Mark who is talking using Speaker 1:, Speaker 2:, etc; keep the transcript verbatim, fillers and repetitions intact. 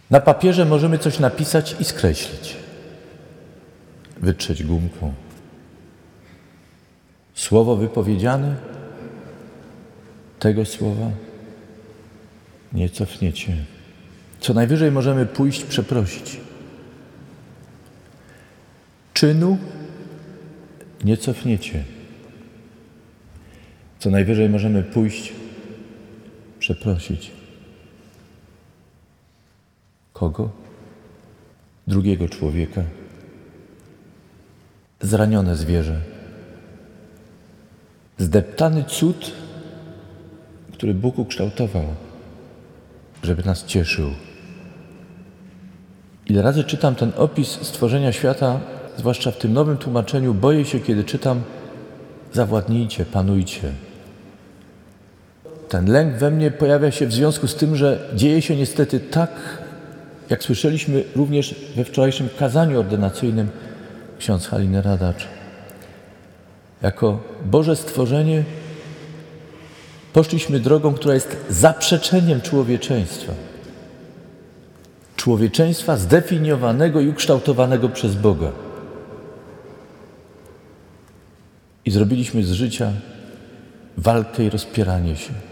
Speaker 1: Na papierze możemy coś napisać i skreślić, wytrzeć gumką. Słowo wypowiedziane, tego słowa nie cofniecie. Co najwyżej możemy pójść przeprosić. Czynu nie cofniecie. Co najwyżej możemy pójść przeprosić. Kogo? Drugiego człowieka. Zranione zwierzę. Zdeptany cud, który Bóg ukształtował, żeby nas cieszył. Ile razy czytam ten opis stworzenia świata, zwłaszcza w tym nowym tłumaczeniu, boję się, kiedy czytam: zawładnijcie, panujcie. Ten lęk we mnie pojawia się w związku z tym, że dzieje się niestety tak, jak słyszeliśmy również we wczorajszym kazaniu ordynacyjnym ksiądz Haliny Radacz. Jako Boże stworzenie poszliśmy drogą, która jest zaprzeczeniem człowieczeństwa. Człowieczeństwa zdefiniowanego i ukształtowanego przez Boga. I zrobiliśmy z życia walkę i rozpieranie się.